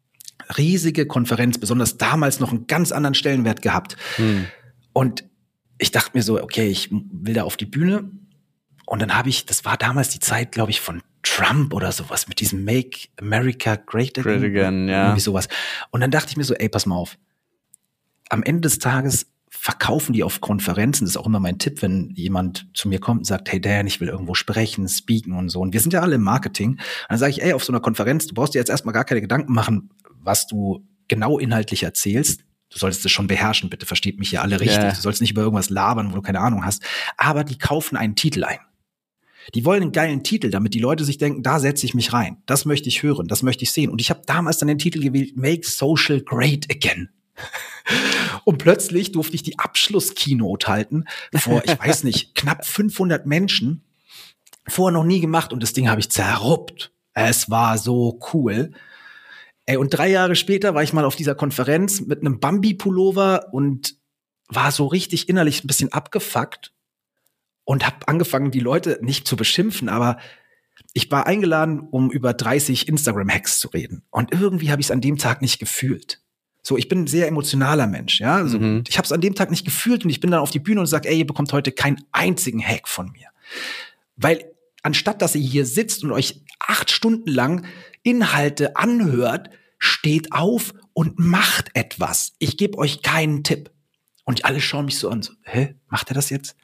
Riesige Konferenz, besonders damals noch einen ganz anderen Stellenwert gehabt. Und ich dachte mir so, okay, ich will da auf die Bühne. Und dann das war damals die Zeit, glaube ich, von Trump oder sowas, mit diesem Make America Great Again. Ja. Irgendwie sowas. Und dann dachte ich mir so, ey, pass mal auf. Am Ende des Tages verkaufen die auf Konferenzen. Das ist auch immer mein Tipp, wenn jemand zu mir kommt und sagt, hey Dan, ich will irgendwo sprechen, speaken und so. Und wir sind ja alle im Marketing. Und dann sage ich, ey, auf so einer Konferenz, du brauchst dir jetzt erstmal gar keine Gedanken machen, was du genau inhaltlich erzählst. Du solltest es schon beherrschen, bitte versteht mich hier alle richtig. Ja. Du sollst nicht über irgendwas labern, wo du keine Ahnung hast. Aber die kaufen einen Titel ein. Die wollen einen geilen Titel, damit die Leute sich denken, da setze ich mich rein. Das möchte ich hören, das möchte ich sehen. Und ich habe damals dann den Titel gewählt, Make Social Great Again. Und plötzlich durfte ich die Abschluss-Keynote halten vor, ich weiß nicht, knapp 500 Menschen. Vorher noch nie gemacht und das Ding habe ich zerruppt. Es war so cool. Ey, und 3 Jahre später war ich mal auf dieser Konferenz mit einem Bambi-Pullover und war so richtig innerlich ein bisschen abgefuckt. Und habe angefangen, die Leute nicht zu beschimpfen, aber ich war eingeladen, um über 30 Instagram-Hacks zu reden. Und irgendwie habe ich es an dem Tag nicht gefühlt. So, ich bin ein sehr emotionaler Mensch, ja. Also, ich habe es an dem Tag nicht gefühlt und ich bin dann auf die Bühne und sage, ey, ihr bekommt heute keinen einzigen Hack von mir. Weil anstatt, dass ihr hier sitzt und euch 8 Stunden lang Inhalte anhört, steht auf und macht etwas. Ich gebe euch keinen Tipp. Und alle schauen mich so an, so, hä, macht er das jetzt?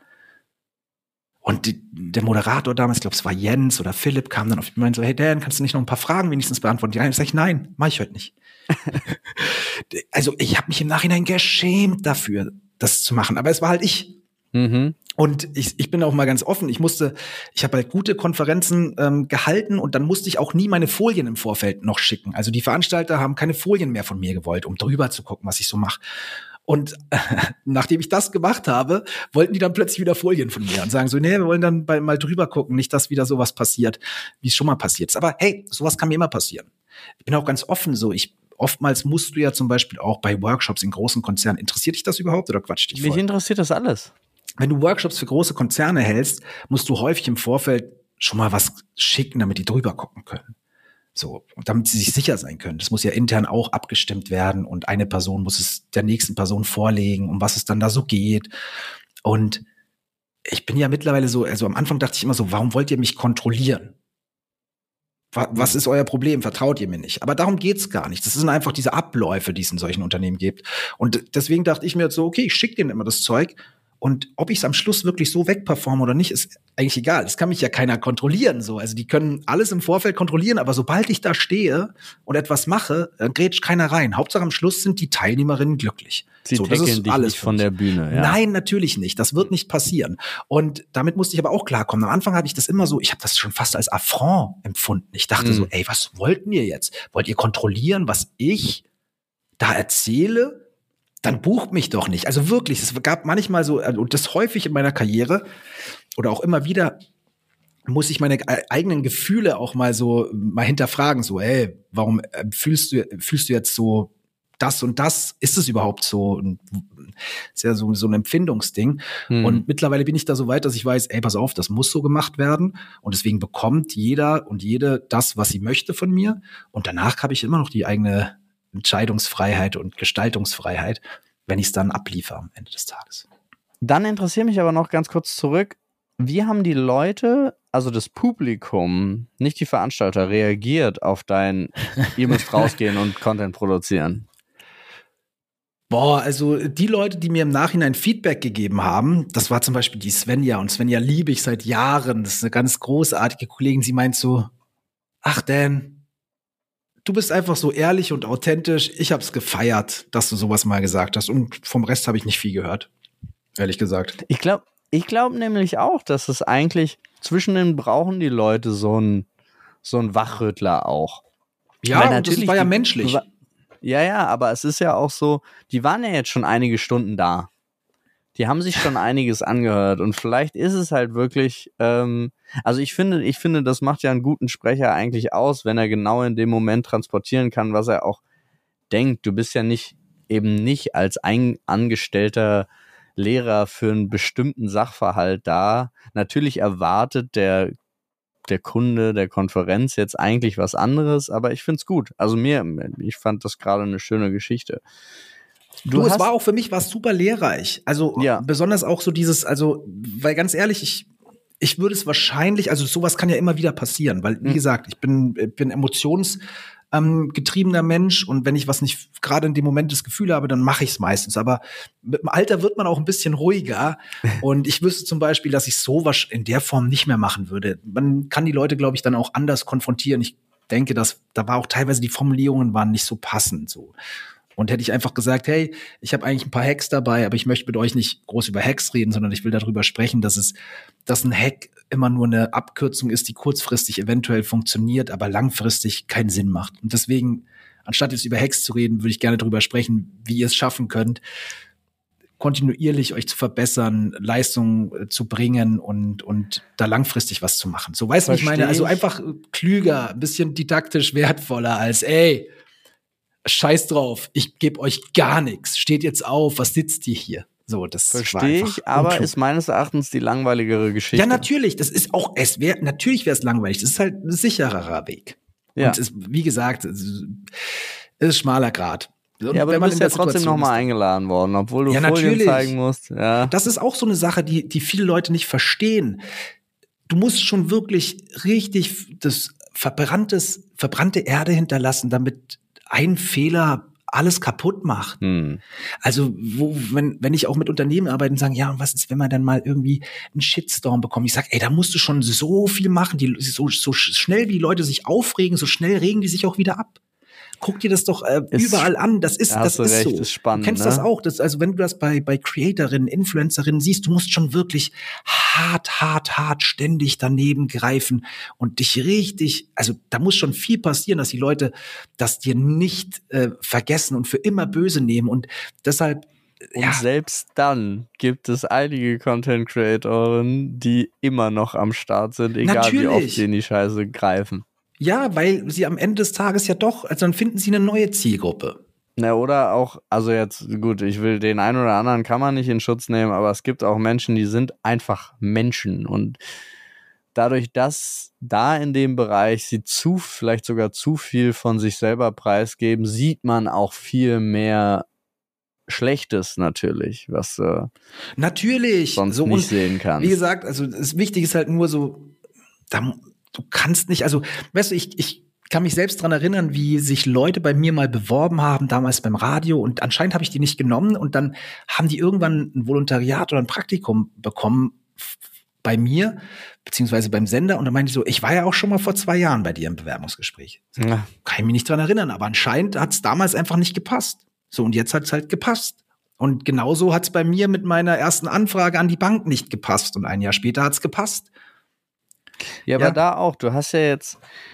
Und der Moderator damals, ich glaube, es war Jens oder Philipp, kam dann auf mich und meinte so, hey Dan, kannst du nicht noch ein paar Fragen wenigstens beantworten? Die sag ich, nein, mach ich heute nicht. Also ich habe mich im Nachhinein geschämt dafür, das zu machen. Aber es war halt ich. Und ich bin auch mal ganz offen. Ich habe halt gute Konferenzen gehalten und dann musste ich auch nie meine Folien im Vorfeld noch schicken. Also die Veranstalter haben keine Folien mehr von mir gewollt, um drüber zu gucken, was ich so mache. Und nachdem ich das gemacht habe, wollten die dann plötzlich wieder Folien von mir und sagen so, nee, wir wollen dann mal drüber gucken, nicht, dass wieder sowas passiert, wie es schon mal passiert ist. Aber hey, sowas kann mir immer passieren. Ich bin auch ganz offen so. Oftmals musst du ja zum Beispiel auch bei Workshops in großen Konzernen, interessiert dich das überhaupt oder quatscht dich voll? Mich interessiert das alles. Wenn du Workshops für große Konzerne hältst, musst du häufig im Vorfeld schon mal was schicken, damit die drüber gucken können. So, damit sie sich sicher sein können. Das muss ja intern auch abgestimmt werden und eine Person muss es der nächsten Person vorlegen, um was es dann da so geht. Und ich bin ja mittlerweile so, also am Anfang dachte ich immer so, warum wollt ihr mich kontrollieren? Was ist euer Problem? Vertraut ihr mir nicht? Aber darum geht's gar nicht. Das sind einfach diese Abläufe, die es in solchen Unternehmen gibt. Und deswegen dachte ich mir jetzt so, okay, ich schicke denen immer das Zeug. Und ob ich es am Schluss wirklich so wegperforme oder nicht, ist eigentlich egal. Das kann mich ja keiner kontrollieren. So. Also die können alles im Vorfeld kontrollieren, aber sobald ich da stehe und etwas mache, dann grätscht keiner rein. Hauptsache am Schluss sind die Teilnehmerinnen glücklich. Sie tackeln dich nicht von der Bühne. Ja. Nein, natürlich nicht. Das wird nicht passieren. Und damit musste ich aber auch klarkommen. Am Anfang habe ich das immer so, ich habe das schon fast als Affront empfunden. Ich dachte so, ey, was wollten ihr jetzt? Wollt ihr kontrollieren, was ich da erzähle? Dann bucht mich doch nicht. Also wirklich, es gab manchmal so, und das häufig in meiner Karriere oder auch immer wieder, muss ich meine eigenen Gefühle auch mal hinterfragen, so, ey, warum fühlst du jetzt so das und das? Ist es überhaupt so? Und ist ja so ein Empfindungsding. Und mittlerweile bin ich da so weit, dass ich weiß, ey, pass auf, das muss so gemacht werden. Und deswegen bekommt jeder und jede das, was sie möchte von mir. Und danach habe ich immer noch die eigene Entscheidungsfreiheit und Gestaltungsfreiheit, wenn ich es dann abliefere am Ende des Tages. Dann interessiert mich aber noch ganz kurz zurück, wie haben die Leute, also das Publikum, nicht die Veranstalter, reagiert auf dein, ihr müsst rausgehen und Content produzieren? Boah, also die Leute, die mir im Nachhinein Feedback gegeben haben, das war zum Beispiel die Svenja. Und Svenja liebe ich seit Jahren. Das ist eine ganz großartige Kollegin. Sie meint so, ach Dan, du bist einfach so ehrlich und authentisch. Ich hab's gefeiert, dass du sowas mal gesagt hast. Und vom Rest habe ich nicht viel gehört, ehrlich gesagt. Ich glaube nämlich auch, dass es eigentlich zwischen den brauchen die Leute so ein Wachrüttler auch. Ja, und das war ja menschlich. Ja, aber es ist ja auch so, die waren ja jetzt schon einige Stunden da. Die haben sich schon einiges angehört und vielleicht ist es halt wirklich, also ich finde, das macht ja einen guten Sprecher eigentlich aus, wenn er genau in dem Moment transportieren kann, was er auch denkt. Du bist ja nicht als angestellter Lehrer für einen bestimmten Sachverhalt da. Natürlich erwartet der Kunde der Konferenz jetzt eigentlich was anderes, aber ich find's gut. Also ich fand das gerade eine schöne Geschichte. Es war auch für mich super lehrreich. Also besonders auch so dieses, also, weil ganz ehrlich, ich würde es wahrscheinlich, also sowas kann ja immer wieder passieren, weil, wie gesagt, ich bin getriebener Mensch und wenn ich was nicht gerade in dem Moment das Gefühl habe, dann mache ich es meistens. Aber mit dem Alter wird man auch ein bisschen ruhiger und ich wüsste zum Beispiel, dass ich sowas in der Form nicht mehr machen würde. Man kann die Leute, glaube ich, dann auch anders konfrontieren. Ich denke, dass da war auch teilweise die Formulierungen waren nicht so passend so. Und hätte ich einfach gesagt, hey, ich habe eigentlich ein paar Hacks dabei, aber ich möchte mit euch nicht groß über Hacks reden, sondern ich will darüber sprechen, dass ein Hack immer nur eine Abkürzung ist, die kurzfristig eventuell funktioniert, aber langfristig keinen Sinn macht. Und deswegen, anstatt jetzt über Hacks zu reden, würde ich gerne darüber sprechen, wie ihr es schaffen könnt, kontinuierlich euch zu verbessern, Leistungen zu bringen und da langfristig was zu machen. So, weißt du, was ich meine? Also einfach klüger, ein bisschen didaktisch wertvoller als, ey, scheiß drauf, ich gebe euch gar nichts. Steht jetzt auf, was sitzt ihr hier? So, das verstehe ich, aber ist meines Erachtens die langweiligere Geschichte. Ja, natürlich, das ist auch, natürlich wäre es langweilig, das ist halt ein sichererer Weg. Ja. Und es, wie gesagt, es ist schmaler Grat. Und ja, aber du bist ja trotzdem nochmal eingeladen worden, obwohl du Folien zeigen musst. Ja. Das ist auch so eine Sache, die viele Leute nicht verstehen. Du musst schon wirklich richtig das verbrannte Erde hinterlassen, damit ein Fehler alles kaputt macht. Also, wenn ich auch mit Unternehmen arbeite und sagen, ja, und was ist, wenn man dann mal irgendwie einen Shitstorm bekommt? Ich sage, ey, da musst du schon so viel machen, so schnell wie die Leute sich aufregen, so schnell regen die sich auch wieder ab. Guck dir das doch überall an. Das ist so. Ist spannend, du kennst das auch. Also wenn du das bei Creatorinnen, Influencerinnen siehst, du musst schon wirklich hart ständig daneben greifen und dich richtig, also da muss schon viel passieren, dass die Leute das dir nicht vergessen und für immer böse nehmen und deshalb. Und selbst dann gibt es einige Content-Creatorinnen, die immer noch am Start sind, egal wie oft sie in die Scheiße greifen. Ja, weil sie am Ende des Tages ja doch, also dann finden sie eine neue Zielgruppe. Na, oder auch, also jetzt, gut, ich will den einen oder anderen kann man nicht in Schutz nehmen, aber es gibt auch Menschen, die sind einfach Menschen und dadurch, dass da in dem Bereich sie vielleicht sogar zu viel von sich selber preisgeben, sieht man auch viel mehr Schlechtes natürlich, was natürlich sonst so nicht sehen kann. Wie gesagt, also das Wichtige ist halt nur so, du kannst nicht, also, weißt du, ich kann mich selbst dran erinnern, wie sich Leute bei mir mal beworben haben, damals beim Radio, und anscheinend habe ich die nicht genommen und dann haben die irgendwann ein Volontariat oder ein Praktikum bekommen bei mir, beziehungsweise beim Sender, und dann meinte ich so, ich war ja auch schon mal vor 2 Jahren bei dir im Bewerbungsgespräch. Ja. Kann ich mich nicht dran erinnern, aber anscheinend hat es damals einfach nicht gepasst. So, und jetzt hat es halt gepasst. Und genauso hat es bei mir mit meiner ersten Anfrage an die Bank nicht gepasst und ein Jahr später hat es gepasst. Ja, aber da auch, du hast ja jetzt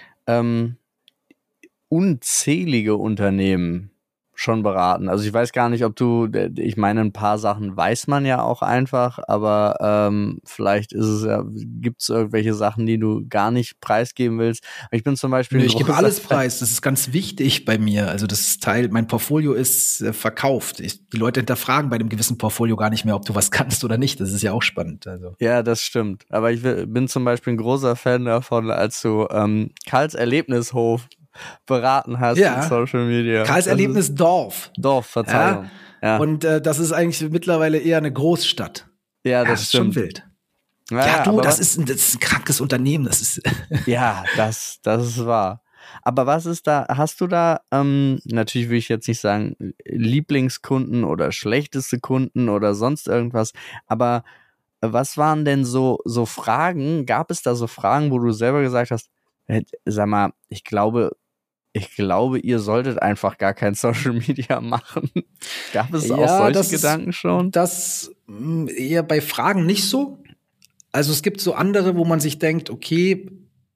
unzählige Unternehmen schon beraten. Also ich weiß gar nicht, ich meine, ein paar Sachen weiß man ja auch einfach, aber vielleicht gibt es irgendwelche Sachen, die du gar nicht preisgeben willst. Ich bin zum Beispiel ich gebe alles preis, das ist ganz wichtig bei mir. Also das ist mein Portfolio ist verkauft. Die Leute hinterfragen bei einem gewissen Portfolio gar nicht mehr, ob du was kannst oder nicht. Das ist ja auch spannend. Also. Ja, das stimmt. Aber ich bin zum Beispiel ein großer Fan davon, als du Karls Erlebnishof beraten hast in Social Media. Karls Erlebnis Dorf. Verzeihung. Ja. Und das ist eigentlich mittlerweile eher eine Großstadt. Ja, das stimmt. Ist schon wild. Ja, das ist ein krankes Unternehmen. Das ist ja, das ist wahr. Aber was ist da, hast du da, natürlich will ich jetzt nicht sagen, Lieblingskunden oder schlechteste Kunden oder sonst irgendwas, aber was waren denn so Fragen, gab es da so Fragen, wo du selber gesagt hast, sag mal, ich glaube, ihr solltet einfach gar kein Social Media machen. Gab es auch solche Gedanken schon? Das eher bei Fragen nicht so. Also es gibt so andere, wo man sich denkt, okay,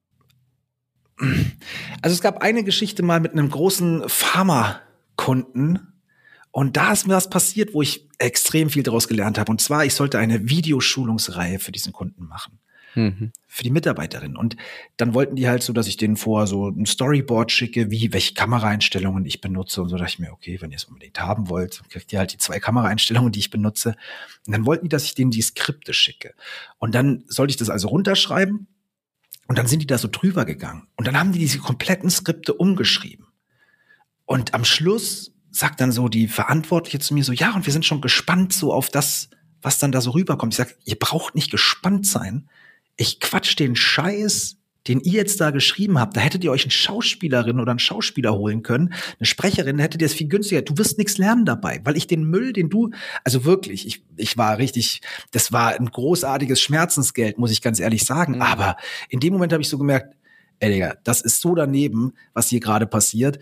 also es gab eine Geschichte mal mit einem großen Pharmakunden und da ist mir was passiert, wo ich extrem viel daraus gelernt habe. Und zwar, ich sollte eine Videoschulungsreihe für diesen Kunden machen. Für die Mitarbeiterin. Und dann wollten die halt so, dass ich denen vorher so ein Storyboard schicke, welche Kameraeinstellungen ich benutze. Und so dachte ich mir, okay, wenn ihr es unbedingt haben wollt, dann kriegt ihr halt die 2 Kameraeinstellungen, die ich benutze. Und dann wollten die, dass ich denen die Skripte schicke. Und dann sollte ich das also runterschreiben. Und dann sind die da so drüber gegangen. Und dann haben die diese kompletten Skripte umgeschrieben. Und am Schluss sagt dann so die Verantwortliche zu mir so, ja, und wir sind schon gespannt so auf das, was dann da so rüberkommt. Ich sag, ihr braucht nicht gespannt sein. Ich quatsch den Scheiß, den ihr jetzt da geschrieben habt. Da hättet ihr euch eine Schauspielerin oder einen Schauspieler holen können, eine Sprecherin, hättet ihr es viel günstiger. Du wirst nichts lernen dabei, weil ich den Müll, den du, also wirklich, ich war richtig, das war ein großartiges Schmerzensgeld, muss ich ganz ehrlich sagen. Aber in dem Moment habe ich so gemerkt, ey Digga, das ist so daneben, was hier gerade passiert.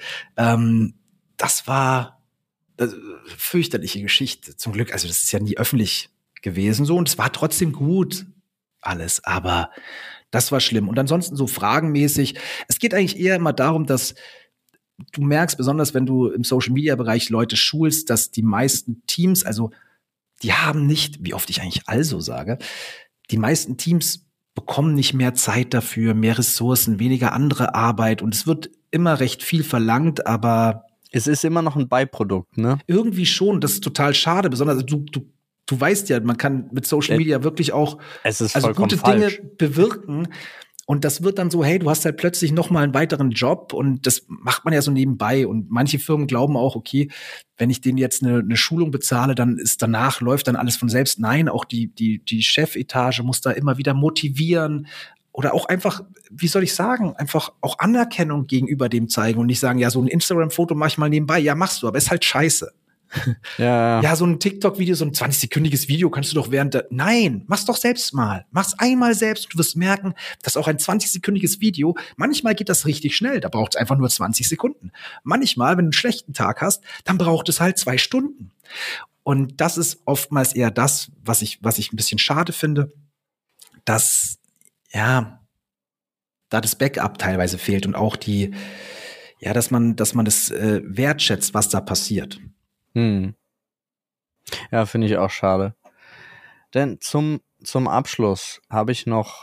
Das war fürchterliche Geschichte. Zum Glück, also das ist ja nie öffentlich gewesen so und es war trotzdem gut alles, aber das war schlimm. Und ansonsten so fragenmäßig, es geht eigentlich eher immer darum, dass du merkst, besonders wenn du im Social-Media-Bereich Leute schulst, dass die meisten Teams, also die haben nicht, wie oft ich eigentlich also sage, die meisten Teams bekommen nicht mehr Zeit dafür, mehr Ressourcen, weniger andere Arbeit und es wird immer recht viel verlangt, aber es ist immer noch ein Beiprodukt, ne? Irgendwie schon, das ist total schade, besonders du weißt ja, man kann mit Social Media wirklich auch gute Dinge bewirken und das wird dann so, hey, du hast halt plötzlich noch mal einen weiteren Job und das macht man ja so nebenbei und manche Firmen glauben auch, okay, wenn ich denen jetzt eine Schulung bezahle, dann ist danach läuft dann alles von selbst. Nein, auch die Chefetage muss da immer wieder motivieren oder auch einfach, wie soll ich sagen, einfach auch Anerkennung gegenüber dem zeigen und nicht sagen, ja, so ein Instagram-Foto mach ich mal nebenbei, ja, machst du, aber ist halt scheiße. Ja, so ein TikTok-Video, so ein 20-sekündiges Video kannst du doch nein, mach's doch selbst mal. Mach's einmal selbst und du wirst merken, dass auch ein 20-sekündiges Video, manchmal geht das richtig schnell, da braucht es einfach nur 20 Sekunden. Manchmal, wenn du einen schlechten Tag hast, dann braucht es halt 2 Stunden. Und das ist oftmals eher das, was ich ein bisschen schade finde, dass, ja, da das Backup teilweise fehlt und auch dass man das wertschätzt, was da passiert. Ja, finde ich auch schade. Denn zum Abschluss habe ich noch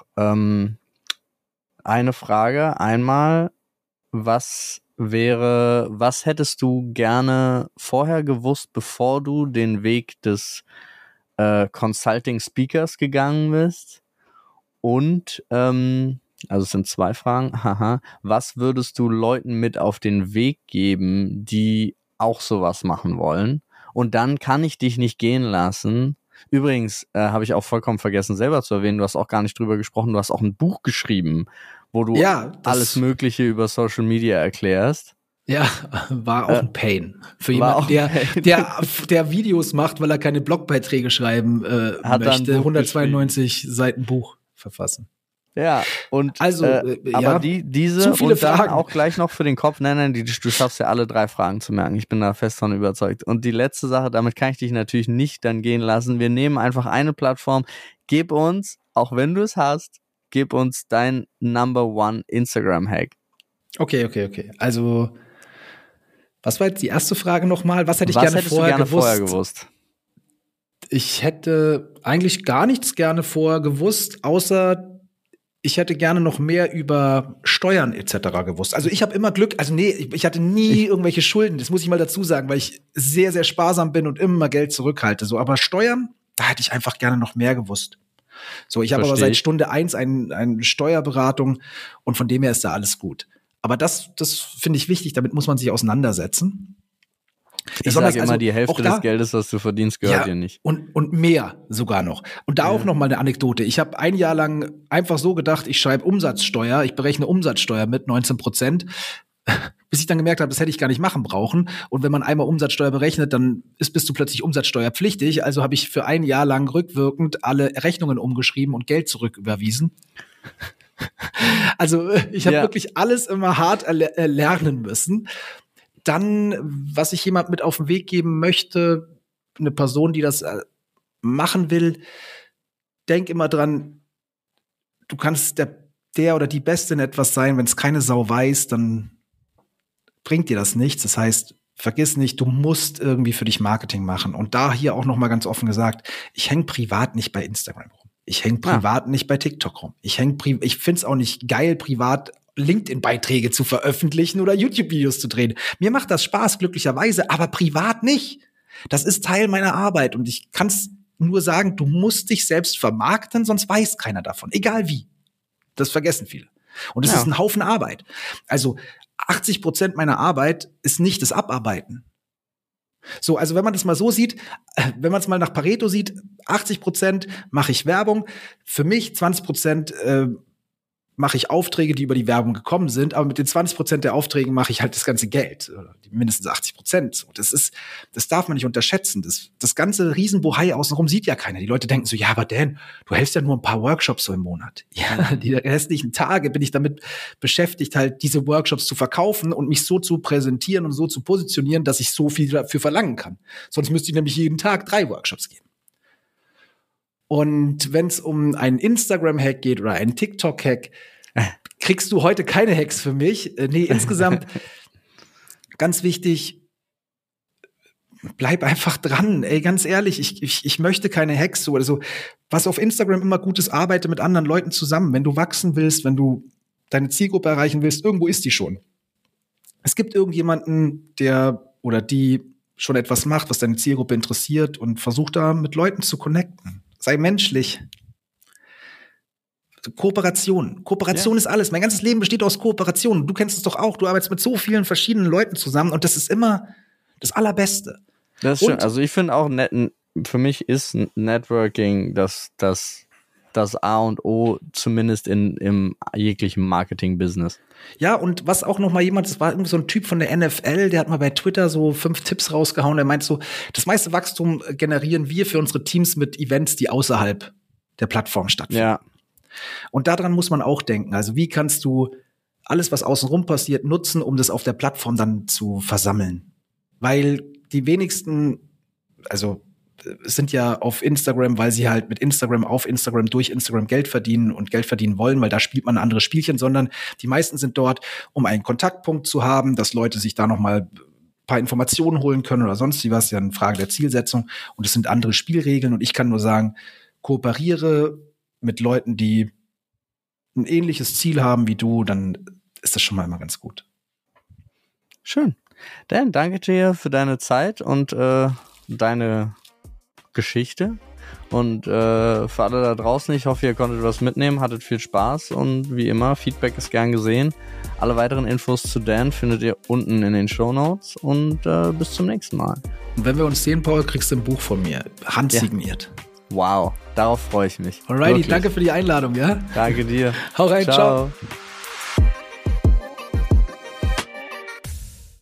eine Frage. Einmal, was hättest du gerne vorher gewusst, bevor du den Weg des Consulting Speakers gegangen bist? Und, also es sind 2 Fragen. Haha. Was würdest du Leuten mit auf den Weg geben, die auch sowas machen wollen? Und dann kann ich dich nicht gehen lassen. Übrigens habe ich auch vollkommen vergessen, selber zu erwähnen, du hast auch gar nicht drüber gesprochen, du hast auch ein Buch geschrieben, wo du alles Mögliche über Social Media erklärst. Ja, war auch ein Pain. Für jemanden, der Videos macht, weil er keine Blogbeiträge schreiben möchte, 192 Seiten Buch verfassen. Ja, und aber diese zu viele und dann Fragen. auch gleich noch für den Kopf, nein, du schaffst ja alle 3 Fragen zu merken. Ich bin da fest von überzeugt. Und die letzte Sache, damit kann ich dich natürlich nicht dann gehen lassen. Wir nehmen einfach eine Plattform. Gib uns, auch wenn du es hast, gib uns dein Number One Instagram-Hack. Okay. Also, was war jetzt die erste Frage nochmal? Was hättest du vorher gewusst? Ich hätte eigentlich gar nichts gerne vorher gewusst, außer ich hätte gerne noch mehr über Steuern etc. gewusst. Also ich habe immer Glück, ich hatte nie irgendwelche Schulden, das muss ich mal dazu sagen, weil ich sehr, sehr sparsam bin und immer Geld zurückhalte. So, aber Steuern, da hätte ich einfach gerne noch mehr gewusst. So, ich habe aber seit Stunde 1 eine Steuerberatung und von dem her ist da alles gut. Aber das finde ich wichtig, damit muss man sich auseinandersetzen. Ich sage immer, die Hälfte des Geldes, was du verdienst, gehört dir nicht. Und mehr sogar noch. Und da auch noch mal eine Anekdote. Ich habe ein Jahr lang einfach so gedacht, ich schreibe Umsatzsteuer, ich berechne Umsatzsteuer mit 19%, bis ich dann gemerkt habe, das hätte ich gar nicht machen brauchen. Und wenn man einmal Umsatzsteuer berechnet, dann bist du plötzlich umsatzsteuerpflichtig. Also habe ich für ein Jahr lang rückwirkend alle Rechnungen umgeschrieben und Geld zurücküberwiesen. Also ich habe wirklich alles immer hart lernen müssen. Dann, was ich jemand mit auf den Weg geben möchte, eine Person, die das machen will, denk immer dran, du kannst der oder die Beste in etwas sein, wenn es keine Sau weiß, dann bringt dir das nichts. Das heißt, vergiss nicht, du musst irgendwie für dich Marketing machen. Und da hier auch noch mal ganz offen gesagt, ich hänge privat nicht bei Instagram rum. Ich hänge privat nicht bei TikTok rum. Ich find's auch nicht geil, privat LinkedIn-Beiträge zu veröffentlichen oder YouTube-Videos zu drehen. Mir macht das Spaß, glücklicherweise, aber privat nicht. Das ist Teil meiner Arbeit und ich kann's nur sagen, du musst dich selbst vermarkten, sonst weiß keiner davon, egal wie. Das vergessen viele. Und es ist ein Haufen Arbeit. Also 80% meiner Arbeit ist nicht das Abarbeiten. So, also wenn man das mal so sieht, wenn man es mal nach Pareto sieht, 80% mache ich Werbung, für mich 20% mache ich Aufträge, die über die Werbung gekommen sind, aber mit den 20% der Aufträge mache ich halt das ganze Geld, mindestens 80%. So, das darf man nicht unterschätzen. Das ganze Riesenbohai außenrum sieht ja keiner. Die Leute denken so, ja, aber Dan, du hältst ja nur ein paar Workshops so im Monat. Ja, die restlichen Tage bin ich damit beschäftigt, halt diese Workshops zu verkaufen und mich so zu präsentieren und so zu positionieren, dass ich so viel dafür verlangen kann. Sonst müsste ich nämlich jeden Tag 3 Workshops geben. Und wenn es um einen Instagram-Hack geht oder einen TikTok-Hack, kriegst du heute keine Hacks für mich. Nee, insgesamt ganz wichtig, bleib einfach dran. Ey, ganz ehrlich, ich möchte keine Hacks so oder so. Was auf Instagram immer gut ist, arbeite mit anderen Leuten zusammen. Wenn du wachsen willst, wenn du deine Zielgruppe erreichen willst, irgendwo ist die schon. Es gibt irgendjemanden, der oder die schon etwas macht, was deine Zielgruppe interessiert und versuch da mit Leuten zu connecten. Sei menschlich. Kooperation. Kooperation ist alles. Mein ganzes Leben besteht aus Kooperation. Du kennst es doch auch. Du arbeitest mit so vielen verschiedenen Leuten zusammen und das ist immer das Allerbeste. Das ist schön. Also ich finde auch, für mich ist Networking das A und O, zumindest im jeglichen Marketing-Business. Ja, und was auch noch mal das war irgendwie so ein Typ von der NFL, der hat mal bei Twitter so 5 Tipps rausgehauen. Der meint so, das meiste Wachstum generieren wir für unsere Teams mit Events, die außerhalb der Plattform stattfinden. Ja. Und daran muss man auch denken. Also wie kannst du alles, was außenrum passiert, nutzen, um das auf der Plattform dann zu versammeln? Weil die wenigsten, also sind ja auf Instagram, weil sie halt mit Instagram auf Instagram durch Instagram Geld verdienen und Geld verdienen wollen, weil da spielt man ein anderes Spielchen, sondern die meisten sind dort, um einen Kontaktpunkt zu haben, dass Leute sich da noch mal ein paar Informationen holen können oder sonst was, ja eine Frage der Zielsetzung. Und es sind andere Spielregeln und ich kann nur sagen, kooperiere mit Leuten, die ein ähnliches Ziel haben wie du, dann ist das schon mal immer ganz gut. Schön. Dan, danke dir für deine Zeit und deine Geschichte. Und für alle da draußen, ich hoffe, ihr konntet was mitnehmen, hattet viel Spaß und wie immer, Feedback ist gern gesehen. Alle weiteren Infos zu Dan findet ihr unten in den Shownotes und bis zum nächsten Mal. Und wenn wir uns sehen, Paul, kriegst du ein Buch von mir, handsigniert. Ja. Wow, darauf freue ich mich. Alrighty, wirklich. Danke für die Einladung, ja? Danke dir. Hau rein, ciao.